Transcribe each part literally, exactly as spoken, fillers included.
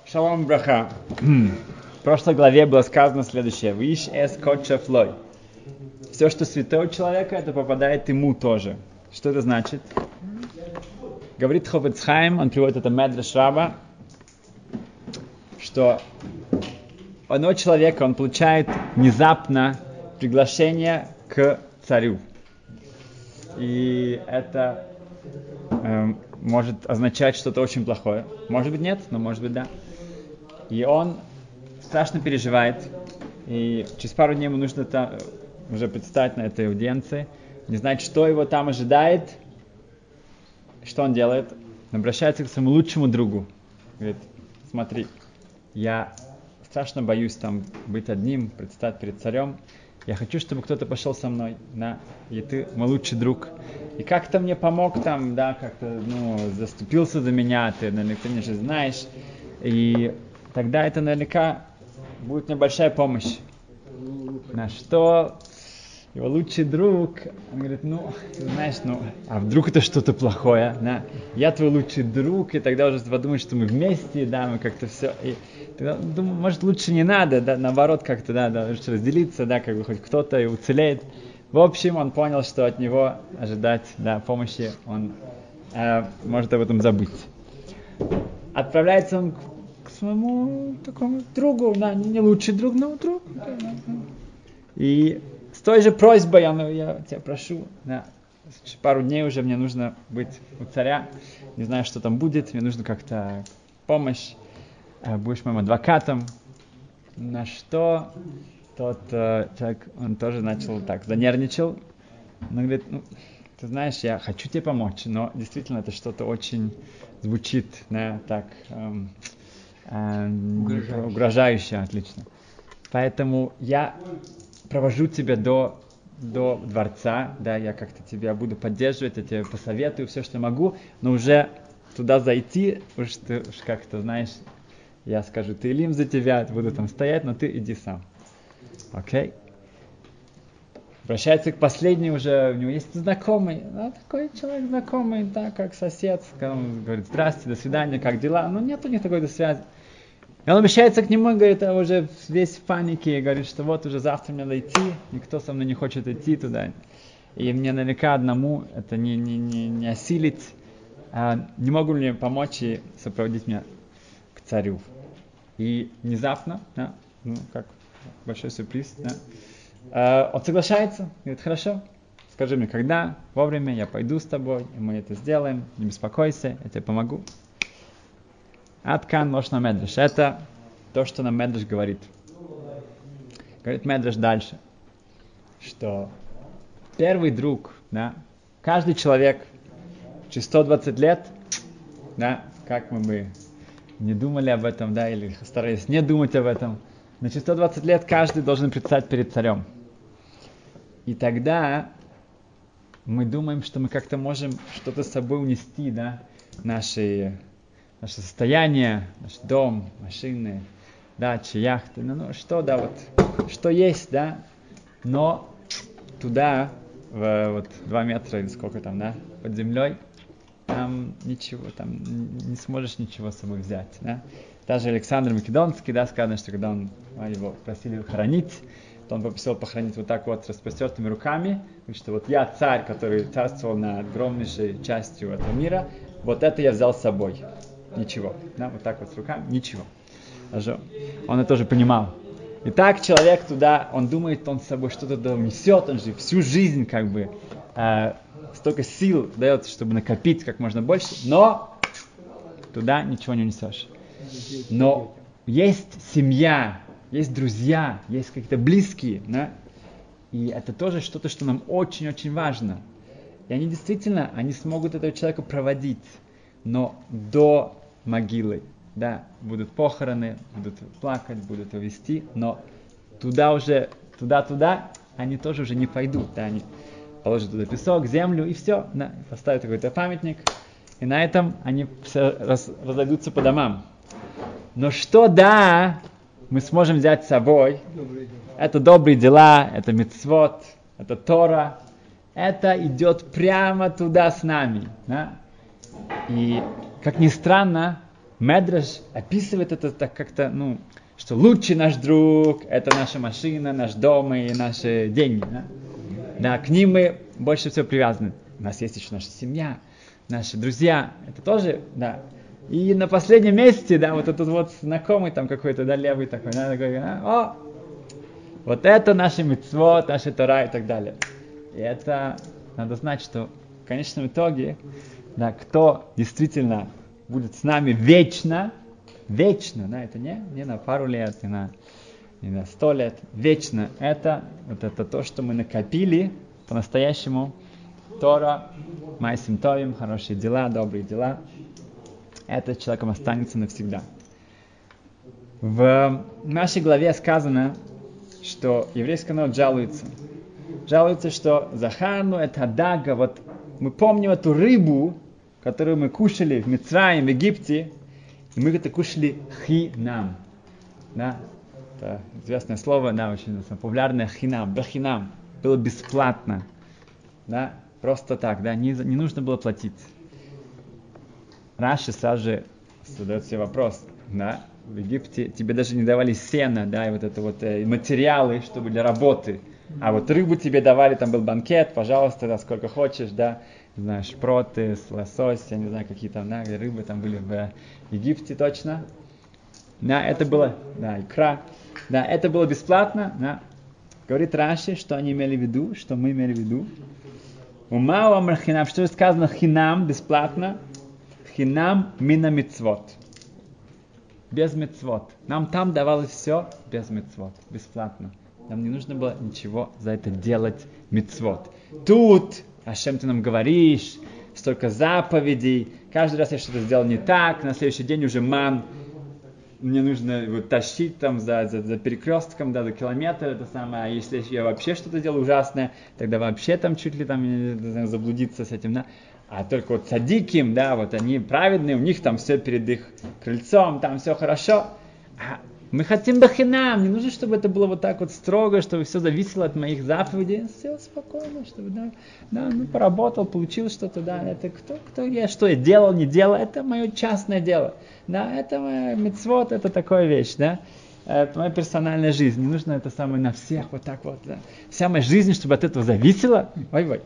Шалом браха. В прошлой главе было сказано следующее. Виш эс кодша флой. Все, что святое у человека, это попадает ему тоже. Что это значит? Говорит Хофец Хаим, он приводит это Медреш Раба, что одного человека, он получает внезапно приглашение к царю. И это э, может означать что-то очень плохое. Может быть нет, но может быть да. И он страшно переживает. И через пару дней ему нужно там, уже предстать на этой аудиенции, не знать, что его там ожидает. Что он делает? Он обращается к своему лучшему другу. Говорит, смотри, я страшно боюсь там быть одним, предстать перед царем. Я хочу, чтобы кто-то пошел со мной, да, и ты мой лучший друг. И как-то мне помог там, да, как-то, ну, заступился за меня, ты наверняка не же знаешь. И тогда это наверняка будет небольшая помощь. На что его лучший друг, он говорит, ну, ты знаешь, ну, а вдруг это что-то плохое, да? Я твой лучший друг, и тогда уже подумаешь, что мы вместе, да, мы как-то все, и тогда, думаю, может, лучше не надо, да, наоборот, как-то, да, да, лучше разделиться, да, как бы хоть кто-то и уцелеет. В общем, он понял, что от него ожидать, да, помощи, он э, может об этом забыть. Отправляется он к своему такому другу, да, не лучший друг, но друг, да, да, да. И с той же просьбой, я, я тебя прошу, да, пару дней уже мне нужно быть у царя, не знаю, что там будет, мне нужно как-то помощь, будешь моим адвокатом. На что тот э, человек, он тоже начал так, занервничал, он говорит, ну, ты знаешь, я хочу тебе помочь, но действительно это что-то очень звучит, да, так, эм, эм, угрожающе. угрожающе, отлично. Поэтому я провожу тебя до, до дворца, да, я как-то тебя буду поддерживать, я тебе посоветую все, что могу, но уже туда зайти, уж ты уж как-то, знаешь, я скажу Теилим за тебя, буду там стоять, но ты иди сам. Окей? Okay? Обращается к последнему уже, у него есть знакомый, да, такой человек знакомый, да, как сосед, он говорит, здрасте, до свидания, как дела? Ну, нет у них такой связи. И он обращается к нему и говорит, а уже весь в панике, и говорит, что вот уже завтра мне надо идти, никто со мной не хочет идти туда. И мне наверняка одному это не, не, не, не осилить. А не могу ли мне помочь и сопроводить меня к царю? И внезапно, да, ну как большой сюрприз, да, а, он соглашается, говорит, хорошо, скажи мне, когда, вовремя, я пойду с тобой, и мы это сделаем, не беспокойся, я тебе помогу. Аткан лошна Медреш. Это то, что нам Медреш говорит. Говорит Медреш дальше, что первый друг, да, каждый человек через сто двадцать лет, да, как мы бы не думали об этом, да, или старались не думать об этом, но через сто двадцать лет каждый должен предстать перед царем. И тогда мы думаем, что мы как-то можем что-то с собой унести, да, наши... наше состояние, наш дом, машины, дачи, яхты, ну, ну что, да, вот, что есть, да, но туда, в, вот, два метра или сколько там, да, под землей, там ничего, там не сможешь ничего с собой взять, да. Даже Александр Македонский, да, сказано, что когда он, его просили хоронить, то он попросил похоронить вот так вот, с распростертыми руками, говорит, что вот я царь, который царствовал над огромнейшей частью этого мира, вот это я взял с собой. Ничего, да, вот так вот с руками, ничего. Он это тоже понимал. И так человек туда, он думает, он с собой что-то несет, он же всю жизнь как бы э, столько сил дает, чтобы накопить как можно больше, но туда ничего не унесешь. Но есть семья, есть друзья, есть какие-то близкие, да, и это тоже что-то, что нам очень-очень важно. И они действительно, они смогут этого человека проводить, но до могилы, да, будут похороны, будут плакать, будут его вести, но туда уже, туда-туда они тоже уже не пойдут, да, они положат туда песок, землю и все, да, поставят какой-то памятник, и на этом они все раз, разойдутся по домам. Но что, да, мы сможем взять с собой, это добрые дела, это мицвот, это Тора, это идет прямо туда с нами, да. И, как ни странно, Медраш описывает это так как-то, ну, что лучший наш друг, это наша машина, наш дом и наши деньги. Да, да, к ним мы больше всего привязаны. У нас есть еще наша семья, наши друзья, это тоже, да. И на последнем месте, да, вот этот вот знакомый там какой-то, да, левый такой, да, такой, а, о, вот это наши мицвот, наши Тора и так далее. И это, надо знать, что в конечном итоге, да, кто действительно будет с нами вечно, вечно, да, это не, не на пару лет, не на, не на сто лет, вечно, это, вот это то, что мы накопили по-настоящему, Тора, Майсим Товим, хорошие дела, добрые дела, это человеком останется навсегда. В нашей главе сказано, что еврейский народ жалуется, жалуется, что Захарну это дага, вот мы помним эту рыбу, которую мы кушали в Мицраим, в Египте, и мы это кушали хинам. Да? Это известное слово, да, очень популярное хинам, бахинам. Было бесплатно. Да? Просто так, да, не, не нужно было платить. Раши сразу же задает себе вопрос, да, в Египте тебе даже не давали сено, да, и вот это вот э, материалы, чтобы для работы. А вот рыбу тебе давали, там был банкет, пожалуйста, да, сколько хочешь, да. Не знаю, шпроты, лосось, я не знаю, какие там, да, рыбы там были в Египте точно. Да, это было, да, икра. Да, это было бесплатно, да. Говорит Раши, что они имели в виду, что мы имели в виду. Ума амр хинам, что сказано хинам, бесплатно. Хинам мина мицвот. Без мицвот. Нам там давалось все без мицвот, бесплатно. Нам не нужно было ничего за это делать мицвот. Тут Ашем, ты нам говоришь, столько заповедей, каждый раз я что-то сделал не так, на следующий день уже ман, мне нужно его тащить там за, за, за перекрестком, да, за километр, это самое, а если я вообще что-то делаю ужасное, тогда вообще там чуть ли там не знаю, заблудиться с этим, да, а только вот садиким, да, вот они праведные, у них там все перед их крыльцом, там все хорошо, а мы хотим бахинам, не нужно, чтобы это было вот так вот строго, чтобы все зависело от моих заповедей. Все спокойно, чтобы, да, да, ну, поработал, получил что-то, да, это кто, кто я, что я делал, не делал, это мое частное дело. Да, это моя мицвот, это такая вещь, да. Это моя персональная жизнь, не нужно это самое на всех, вот так вот, да. Вся моя жизнь, чтобы от этого зависела, ой-ой.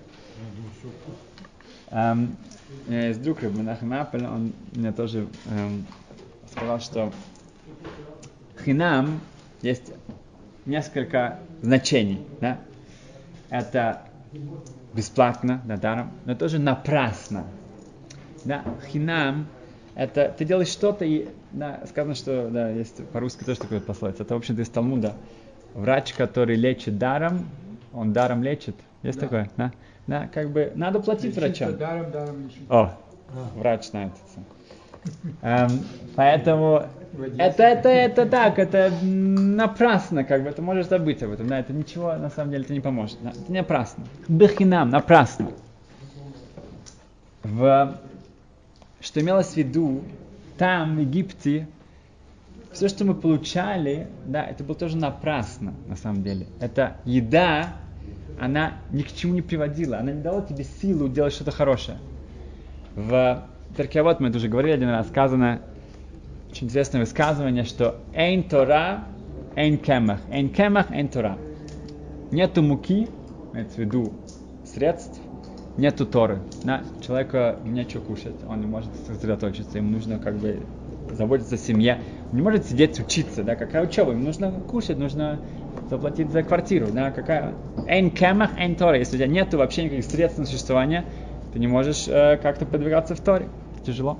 Um, есть друг Ребби Менахем Аппель, он мне тоже um, сказал, что хинам есть несколько значений, да? Это бесплатно, да, даром, но тоже напрасно. Да? Хинам это ты делаешь что-то и, да, сказано, что, да, есть по-русски тоже такое пословица. Это, в общем-то, из Талмуда. Врач, который лечит даром, он даром лечит. Есть да. такое, да? Да, как бы надо платить врачам. Даром, даром лечить. О, а. врач знает это. Um, поэтому это, это, это так, это напрасно, как бы, ты можешь забыть об этом, да, это ничего, на самом деле, это не поможет, да, это не напрасно. Бехинам, напрасно. В, что имелось в виду, там, в Египте, все, что мы получали, да, это было тоже напрасно, на самом деле. Это еда, она ни к чему не приводила, она не дала тебе силу делать что-то хорошее. В Перкей Авот, мы это уже говорили один раз, сказано, очень интересное высказывание, что «Эйн Тора, эйн кемах». «Эйн кемах, эйн Тора». Нету муки, имеется в виду средств, нету Торы. Да? Человеку нечего кушать, он не может сосредоточиться, ему нужно как бы заботиться о семье. Он не может сидеть учиться, да? Какая учеба? Ему нужно кушать, нужно заплатить за квартиру. Да? Какая? «Эйн кемах, эйн Тора». Если у тебя нету вообще никаких средств на существование, ты не можешь э, как-то продвигаться в Торе. Тяжело.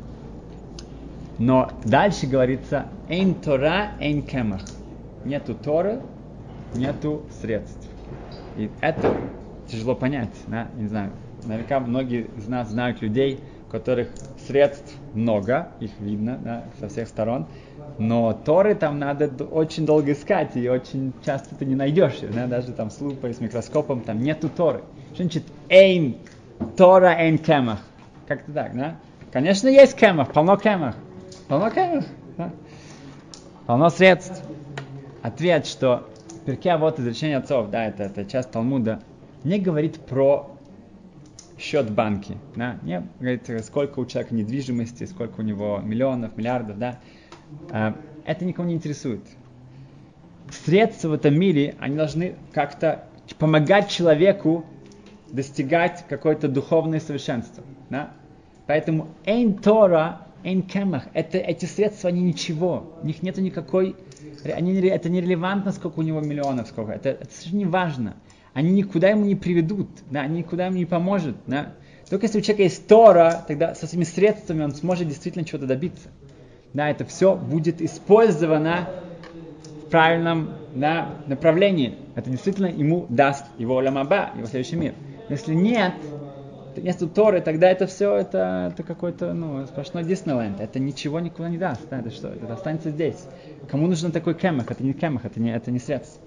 Но дальше говорится «Эйн Тора, эйн кемах». Нету Торы, нету средств. И это тяжело понять. Да? Не знаю. Наверняка многие из нас знают людей, у которых средств много, их видно, да, со всех сторон. Но Торы там надо очень долго искать, и очень часто ты не найдешь. Да? Даже там с лупой, с микроскопом, там нету Торы. Что значит «Эйн Тора, эйн кемах»? Как-то так, да? Конечно, есть кемах, полно кемах. Полно кемах, да? Полно средств. Ответ, что Перкей Авот, изречение отцов, да, это, это часть Талмуда, не говорит про счет в банке. Да? Не, говорит, сколько у человека недвижимости, сколько у него миллионов, миллиардов. Да? Это никого не интересует. Средства в этом мире, они должны как-то помогать человеку достигать какое-то духовное совершенство. Да? Поэтому эйн Тора, эйн кемах, это, эти средства, они ничего. У них нет никакой... Они, это не релевантно, сколько у него миллионов, сколько. Это, это совершенно не важно. Они никуда ему не приведут, да? Они никуда ему не поможет. Да? Только если у человека есть Тора, тогда со своими средствами он сможет действительно чего-то добиться. Да, это все будет использовано в правильном, да, направлении. Это действительно ему даст его олам аба, его следующий мир. Но если нет, если Торы, тогда это все, это, это какой-то, ну, сплошной Диснейленд. Это ничего никуда не даст. Да, это что? Это останется здесь. Кому нужен такой кемах? Это не кемах, это не, это не средство.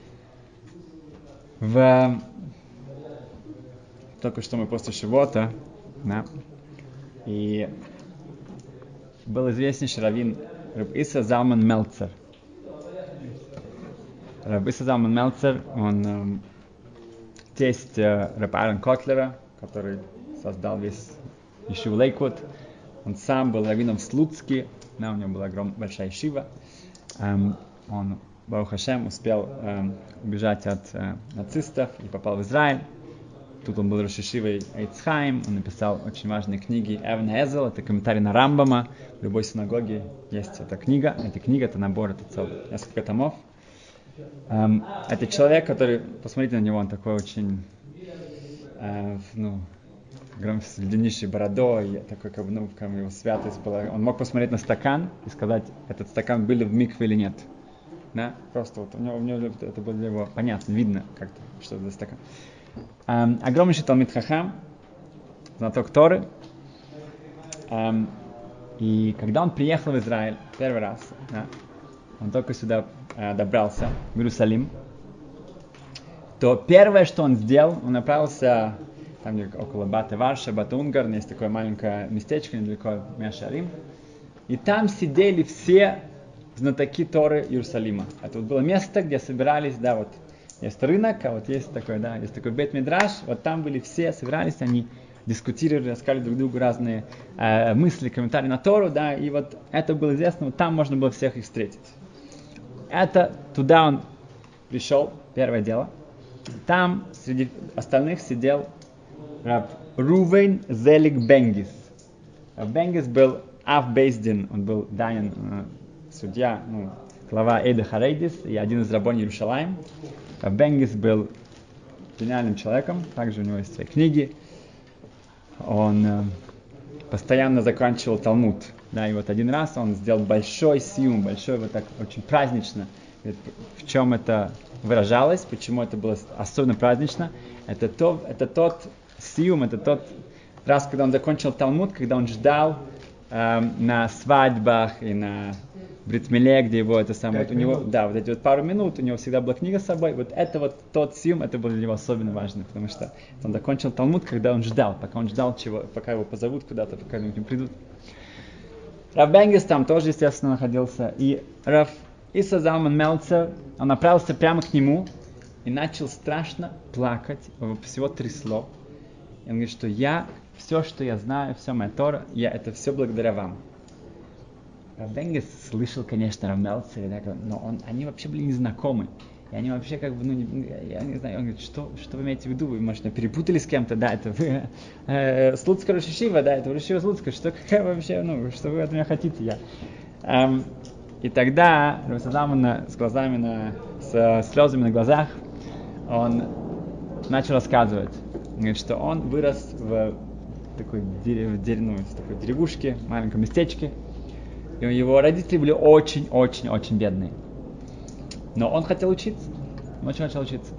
В... Только что мы после Шивота, да, и был известнейший раввин Раб Исса Залман Мельцер. Раб Исса Залман Мельцер, он эм, тесть э, Раб Аарон Котлера, который создал весь Ешиву Лейквуд. Он сам был раввином в Слуцке, да, у него была огромная большая ешива. Эм, он, Барух Хашем, успел эм, убежать от э, нацистов и попал в Израиль. Тут он был рош ешивой Эйц Хаим, он написал очень важные книги Эвен Эзел, это комментарий на Рамбама. В любой синагоге есть эта книга. Эта книга, это набор, это целый, несколько томов. Эм, это человек, который, посмотрите на него, он такой очень, э, ну, с длиннейшей бородой, такой, как бы, ну, как бы его святость была. Он мог посмотреть на стакан и сказать, этот стакан был в микве или нет. Да? Просто вот у него, у него это было для него понятно, видно как-то, что это за стакан. Um, огромнейший Талмид Хахам, знаток Торы. Um, и когда он приехал в Израиль первый раз, да, он только сюда uh, добрался, в Иерусалим, то первое, что он сделал, он направился там, где около Баты Варша, Бата Унгар, есть такое маленькое местечко недалеко Меа Шаарим, и там сидели все знатоки Торы Иерусалима. Это вот было место, где собирались, да, вот есть рынок, а вот есть такой, да, есть такой бейт-мидраш, вот там были все, собирались, они дискутировали, рассказали друг другу разные э, мысли, комментарии на Тору, да, и вот это было известно, вот там можно было всех их встретить. Это, туда он пришел, первое дело. Там среди остальных сидел раб Рувейн Зелик Бенгис. Раб Бенгис был Ав Бейздин, он был Дайен, э, судья, ну, глава Эйда Харейдис и один из рабоней Иерушалаим. Раб Бенгис был гениальным человеком, также у него есть свои книги. Он э, постоянно заканчивал Талмуд. Да, и вот один раз он сделал большой сиюм, большой вот так очень празднично. В чем это выражалось, почему это было особенно празднично? Это, то, это тот сиюм, это тот раз, когда он закончил Талмуд, когда он ждал э, на свадьбах и на Брит-Миле, где его это самое, вот у него, да, вот эти вот пару минут, у него всегда была книга с собой, вот это вот тот сиюм, это было для него особенно важно, потому что он закончил Талмуд, когда он ждал, пока он ждал чего, пока его позовут куда-то, пока к ним придут. Рав Бенгис там тоже, естественно, находился, и Рав Исса Залман Мельцер, он направился прямо к нему и начал страшно плакать, его всего трясло, и он говорит, что я, все, что я знаю, все моя Тора, я это все благодаря вам. Рав Бенгис слышал, конечно, Рав Мельцера, но он, они вообще были незнакомы. И они вообще как бы, ну, не, я не знаю, он говорит, что, что вы имеете в виду? Вы, может, перепутали с кем-то? Да, это вы, э, Слуцкая рош ешива, да, это рош ешива Слуцкая. Что, какая вообще, ну, что вы от меня хотите? Я. Эм, и тогда Рав Залман с глазами, на, с слезами на глазах, он начал рассказывать. Он говорит, что он вырос в такой, дерев, дерев, ну, в такой деревушке, маленьком местечке. И его родители были очень-очень-очень бедные. Но он хотел учиться. Он очень хотел учиться.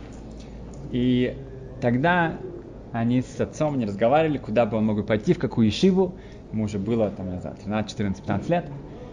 И тогда они с отцом не разговаривали, куда бы он мог пойти, в какую ешиву. Ему уже было, там, не знаю, тринадцать, четырнадцать, пятнадцать лет.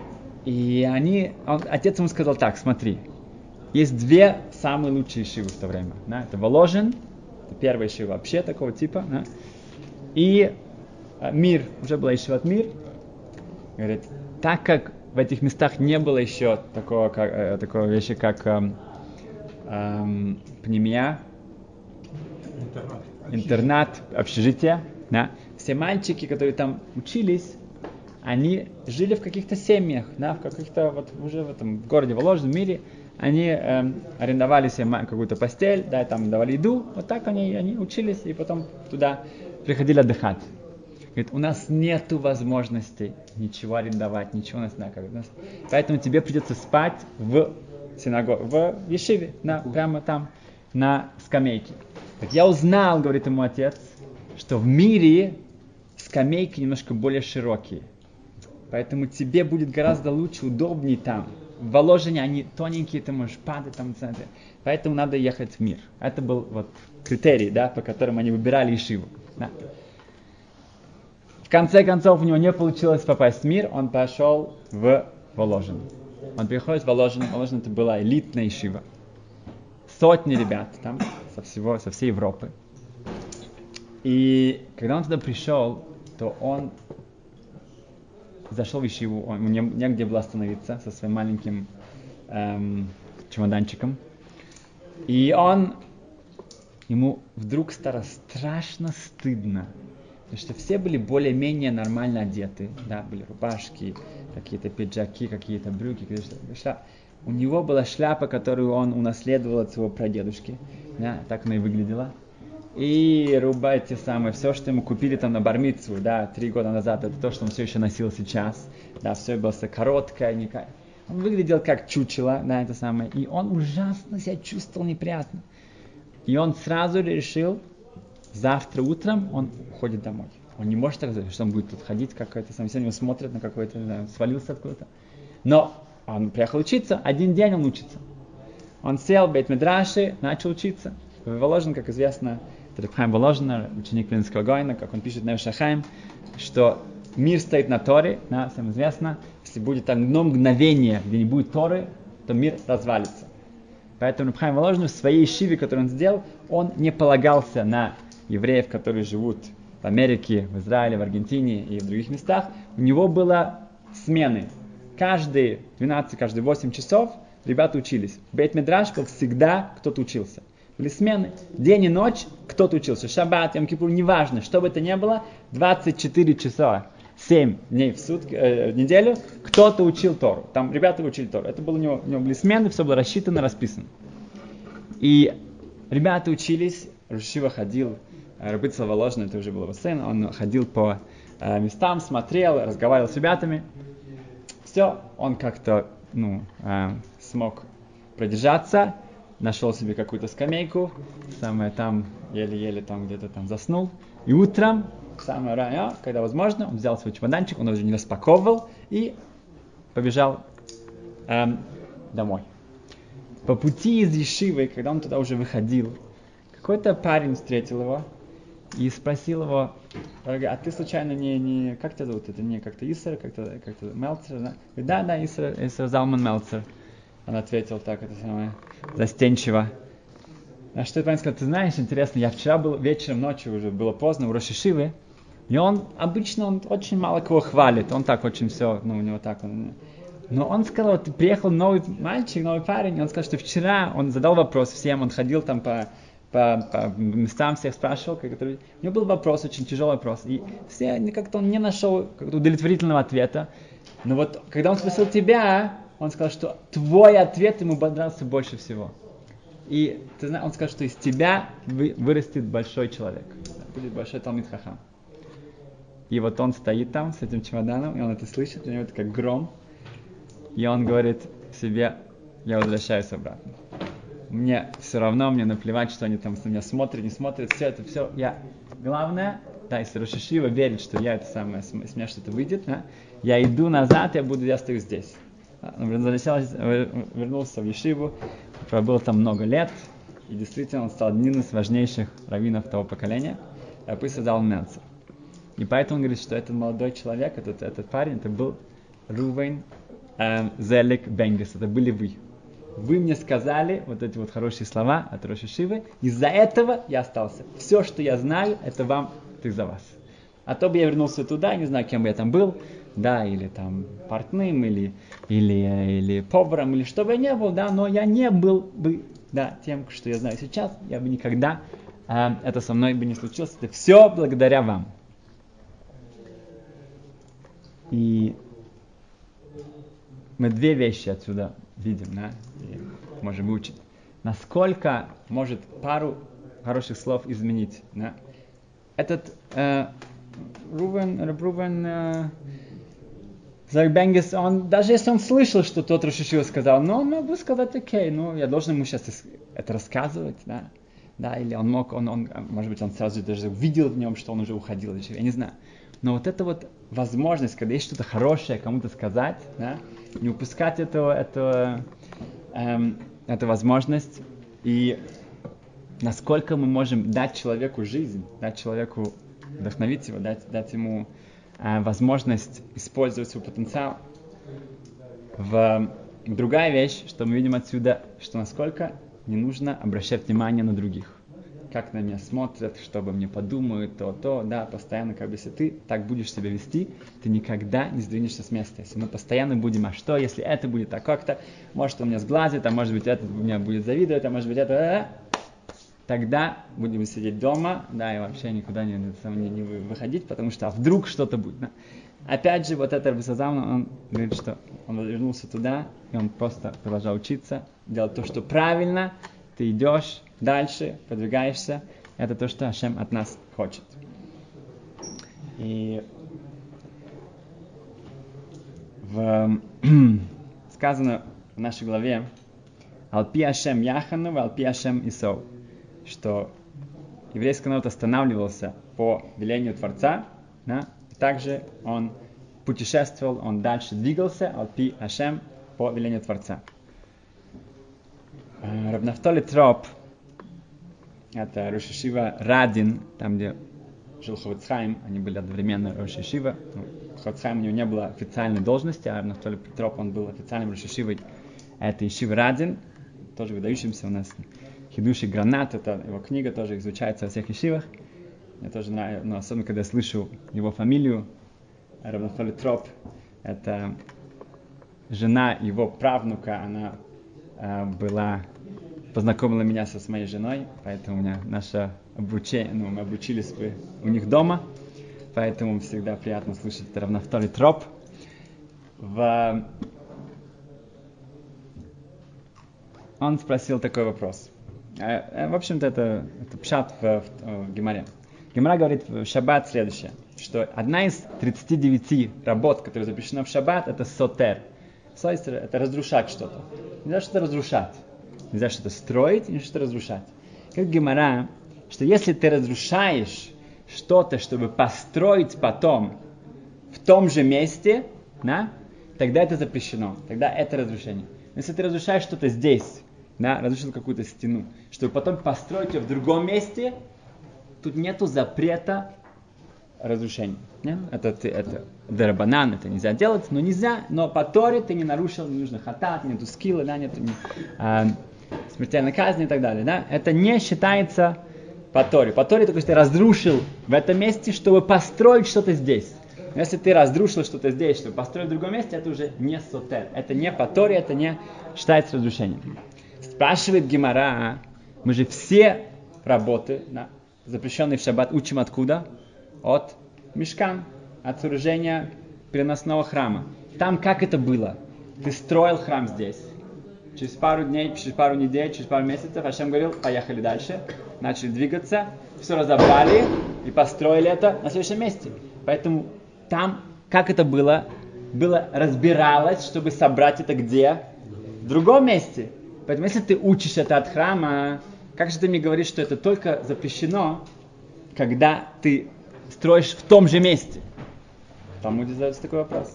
И они, он, отец ему сказал так, смотри, есть две самые лучшие ешивы в то время. Да? Это Воложин, это первая ешива вообще такого типа. Да? И а, Мир, уже была ешива от Мир. Говорит, так как в этих местах не было еще такого, как, э, такой вещи, как эм, эм, пневмия, интернат. интернат, общежитие, да, все мальчики, которые там учились, они жили в каких-то семьях, да, в каких-то, вот уже в этом городе Воложен, в мире, они э, арендовали себе какую-то постель, да, там давали еду, вот так они, они учились, и потом туда приходили отдыхать. Говорит, у нас нету возможности ничего арендовать, ничего у нас не как, поэтому тебе придется спать в синагоге, в ешиве, да, прямо там, на скамейке. Так я узнал, говорит ему отец, что в мире скамейки немножко более широкие. Поэтому тебе будет гораздо лучше, удобнее там. В Воложине они тоненькие, ты можешь падать там. Поэтому надо ехать в мир. Это был вот критерий, да, по которым они выбирали ешиву. Да. В конце концов, у него не получилось попасть в мир, он пошел в Воложин. Он приходит в Воложин. Воложин это была элитная ешива. Сотни ребят там со, всего, со всей Европы. И когда он туда пришел, то он зашел в ешиву, он, ему негде было остановиться со своим маленьким эм, чемоданчиком. И он, ему вдруг стало страшно стыдно, потому что все были более-менее нормально одеты, да, были рубашки, какие-то пиджаки, какие-то брюки, какие-то... У него была шляпа, которую он унаследовал от своего прадедушки, да, так она и выглядела. И руба те самые, все, что ему купили там на бар-мицву, да, три года назад, это то, что он все еще носил сейчас, да, все было короткое, никак. Он выглядел как чучело, да, это самое, и он ужасно себя чувствовал неприятно. И он сразу решил, завтра утром он уходит домой. Он не может так сказать, что он будет тут ходить, какой-то сам, все на него смотрят на какой-то, да, свалился откуда-то. Но он приехал учиться, один день он учится. Он сел в бейт-мидраши, начал учиться. Воложен, как известно, Реб Хаим Воложен, ученик Вильнского Гойна, как он пишет на Ешахаим, что мир стоит на Торе, да, всем известно, если будет так одно мгновение, где не будет Торы, то мир развалится. Поэтому Реб Хаим Воложен в своей шиве, которую он сделал, он не полагался на евреев, которые живут в Америке, в Израиле, в Аргентине и в других местах. У него было смены. Каждые двенадцать, каждые восемь часов ребята учились. В бейт-мидраш был всегда кто-то учился. Были смены. День и ночь кто-то учился. Шаббат, Йом-Кипур, неважно, что бы это ни было, двадцать четыре часа, семь дней в, сутки, э, в неделю, кто-то учил Тору. Там ребята учили Тору. Это было у него, у него были смены, все было рассчитано, расписано. И ребята учились, Рушива ходил, Рабыцл Воложен, это уже был его сын, он ходил по э, местам, смотрел, разговаривал с ребятами. Все, он как-то ну, э, смог продержаться, нашел себе какую-то скамейку, самое там, еле-еле там где-то там заснул. И утром, самое раннее, когда возможно, он взял свой чемоданчик, он уже не распаковывал и побежал эм, домой. По пути из ешивы, когда он туда уже выходил, какой-то парень встретил его и спросил его: а ты случайно не, не как тебя зовут? Это не как-то Исер, как-то, как-то Мелцер? Да, да, да, Исер, Исер Залман Мелцер. Он ответил так, это самое, застенчиво. А что парень сказал: ты знаешь, интересно, я вчера был вечером, ночью уже, было поздно, у Рош ешивы, и он, обычно он очень мало кого хвалит, он так очень все, ну, у него так, он... Но он сказал, вот приехал новый мальчик, новый парень, и он сказал, что вчера он задал вопрос всем, он ходил там по, по, по местам, всех спрашивал, который... у него был вопрос, очень тяжелый вопрос, и все, как-то он не нашел как-то удовлетворительного ответа. Но вот, когда он спросил тебя, он сказал, что твой ответ ему понравился больше всего. И ты знаешь, он сказал, что из тебя вы, вырастет большой человек, будет большой талмид хахам. И вот он стоит там с этим чемоданом, и он это слышит, у него это как гром. И он говорит себе: я возвращаюсь обратно. Мне все равно, мне наплевать, что они там на меня смотрят, не смотрят, все это все. Я... Главное, да, если Рош ешива верит, что я это самое, с меня что-то выйдет, да, я иду назад, я буду, я стою здесь. Он вернулся в ешиву, пробыл там много лет, и действительно он стал одним из важнейших раввинов того поколения, Рабыцл Залман Мелцер. И поэтому он говорит, что этот молодой человек, этот, этот парень, это был Рувейн эм, Зелик Бенгес, это были вы. Вы мне сказали вот эти вот хорошие слова от Рош ешивы, из-за этого я остался. Все, что я знаю, это вам, это из-за вас. А то бы я вернулся туда, не знаю, кем бы я там был, да, или там портным, или, или, или поваром, или что бы я ни был, да, но я не был бы, да, тем, что я знаю сейчас, я бы никогда э, это со мной бы не случилось. Это все благодаря вам. И мы две вещи отсюда видим, да, и можем выучить. Насколько может пару хороших слов изменить, да? Этот э, Рувен, Рувен э, Зарбенгес, он, даже если он слышал, что тот Рош ха-Йешива сказал, но он мог бы сказать, окей, ну, я должен ему сейчас это рассказывать, да, да, или он мог, он, он, может быть, он сразу даже увидел в нем, что он уже уходил, я не знаю. Но вот эта вот возможность, когда есть что-то хорошее кому-то сказать, да, не упускать эту, эту, эм, эту возможность, и насколько мы можем дать человеку жизнь, дать человеку, вдохновить его, дать, дать ему э, возможность использовать свой потенциал. В, другая вещь, что мы видим отсюда, что насколько не нужно обращать внимание на других. Как на меня смотрят, что обо мне подумают, то, то, да, постоянно, как бы, если ты так будешь себя вести, ты никогда не сдвинешься с места. Если мы постоянно будем, а что, если это будет так как-то, может, он меня сглазит, а может быть, этот меня будет завидовать, а может быть, это... Тогда будем сидеть дома, да, и вообще никуда не, не, не выходить, потому что а вдруг что-то будет. Да. Опять же, вот это Рабби Сазан, он говорит, что он вернулся туда, и он просто продолжал учиться, делать то, что правильно, ты идешь дальше, продвигаешься, это то, что Ашем от нас хочет. И в, сказано в нашей главе «Алпи Ашем Яхану, Алпи Ашем Исов», что еврейский народ останавливался по велению Творца, да, и также он путешествовал, он дальше двигался, Алпи Ашем, по велению Творца. Рав Нафтали Троп, это Рош ха-Йешива Радин, там, где жил Хавец Хаим, они были одновременно Рош ха-Йешива. Ну, Хавец Хаим, у него не было официальной должности, а Рав Нафтали Троп, он был официальным Рош ха-Йешивой. Это Ешива Радин, тоже выдающимся у нас. Хидуши Гранат, это его книга, тоже изучается во всех ешивах. Мне тоже нравится, но особенно когда я слышу его фамилию, Рав Нафтали Троп, это жена его правнука, она э, была, познакомила меня со своей женой, поэтому у меня наше обучение, ну, мы обучились бы у них дома, поэтому всегда приятно слышать Рав Нафтали Троп. В... Он спросил такой вопрос. В общем-то, это, это пшат в, в, в Гемаре. Гемара говорит в шаббат следующее, что одна из тридцати девяти работ, которые запрещены в шаббат, это сотер. Сотер — это разрушать что-то. Нельзя что-то разрушать. Нельзя что-то строить, нельзя что-то разрушать. Как Гемара, что если ты разрушаешь что-то, чтобы построить потом в том же месте, да, тогда это запрещено. Тогда это разрушение. Но если ты разрушаешь что-то здесь, да, разрушил какую-то стену, чтобы потом построить ее в другом месте, тут нету запрета разрушения. Нет? Это, это, это дерабанан, это нельзя делать, но нельзя, но по Торе ты не нарушил, не нужно хатат, нету скилла, да, нету не, а, смертельной казни и так далее. Да? Это не считается по Торе. По Торе только что ты разрушил в этом месте, чтобы построить что-то здесь. Но если ты разрушил что-то здесь, чтобы построить в другом месте, это уже не сотер. Это не по Торе, это не считается разрушением. Спрашивает Гемара, мы же все работы, да, запрещенные в шаббат, учим откуда? От Мишкан, от сооружения переносного храма. Там как это было? Ты строил храм здесь. Через пару дней, через пару недель, через пару месяцев Ашем говорил, поехали дальше. Начали двигаться, все разобрали и построили это на следующем месте. Поэтому там, как это было? Было разбиралось, чтобы собрать это где? В другом месте. Поэтому, если ты учишь это от храма, как же ты мне говоришь, что это только запрещено, когда ты строишь в том же месте? Там будет задаться такой вопрос.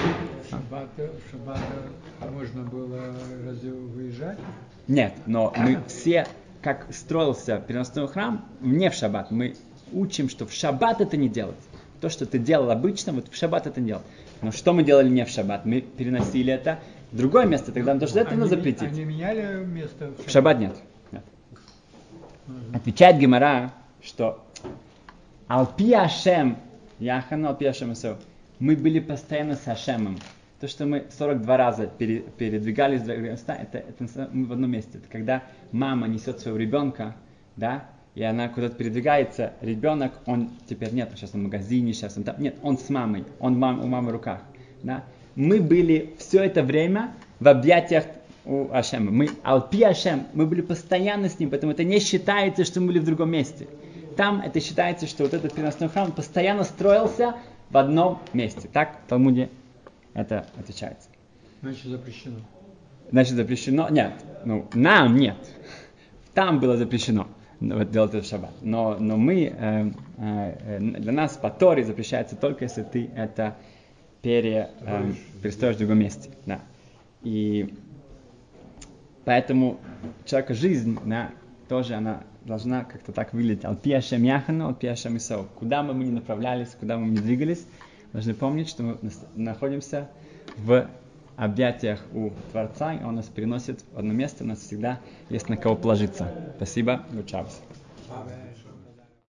В шаббат, в шаббат можно было разве выезжать? Нет, но мы все, как строился переносной храм, не в шаббат. Мы учим, что в шаббат это не делать. То, что ты делал обычно, вот в шаббат это не делать. Но что мы делали не в шаббат? Мы переносили это в другое место, тогда на то, что это надо запретить. Они меняли место в шаббат? В шаббат нет. нет. Uh-huh. Отвечает Гемара, что Алпи Ашем, Яхану Алпи Ашем Исов, мы были постоянно с Ашемом. То, что мы сорок два раза пере, передвигались, это, это мы в одном месте. Это когда мама несет своего ребенка, да, и она куда-то передвигается, ребенок, он теперь нет, сейчас он в магазине, сейчас он там, нет, он с мамой, он мам, у мамы в руках. Да? Мы были все это время в объятиях у Ашема. Мы Алпи Ашем, мы были постоянно с ним, поэтому это не считается, что мы были в другом месте. Там это считается, что вот этот переносной храм постоянно строился в одном месте. Так в Талмуде это отвечается. Значит, запрещено. Значит, запрещено? Нет. Ну, нам нет. Там было запрещено делать это в шаббат. Но, но мы, э, э, для нас по Торе запрещается только, если ты это пере, э, перестроишь в другом месте. Да. И поэтому человека жизнь, да, тоже она должна как-то так выглядеть. Алпи Ашем Яхану, Алпи Ашем Исау. Куда бы мы ни направлялись, куда бы мы ни двигались, должны помнить, что мы находимся в объятиях у Творца, и Он нас переносит в одно место, у нас всегда есть на кого положиться. Спасибо, Гучавс.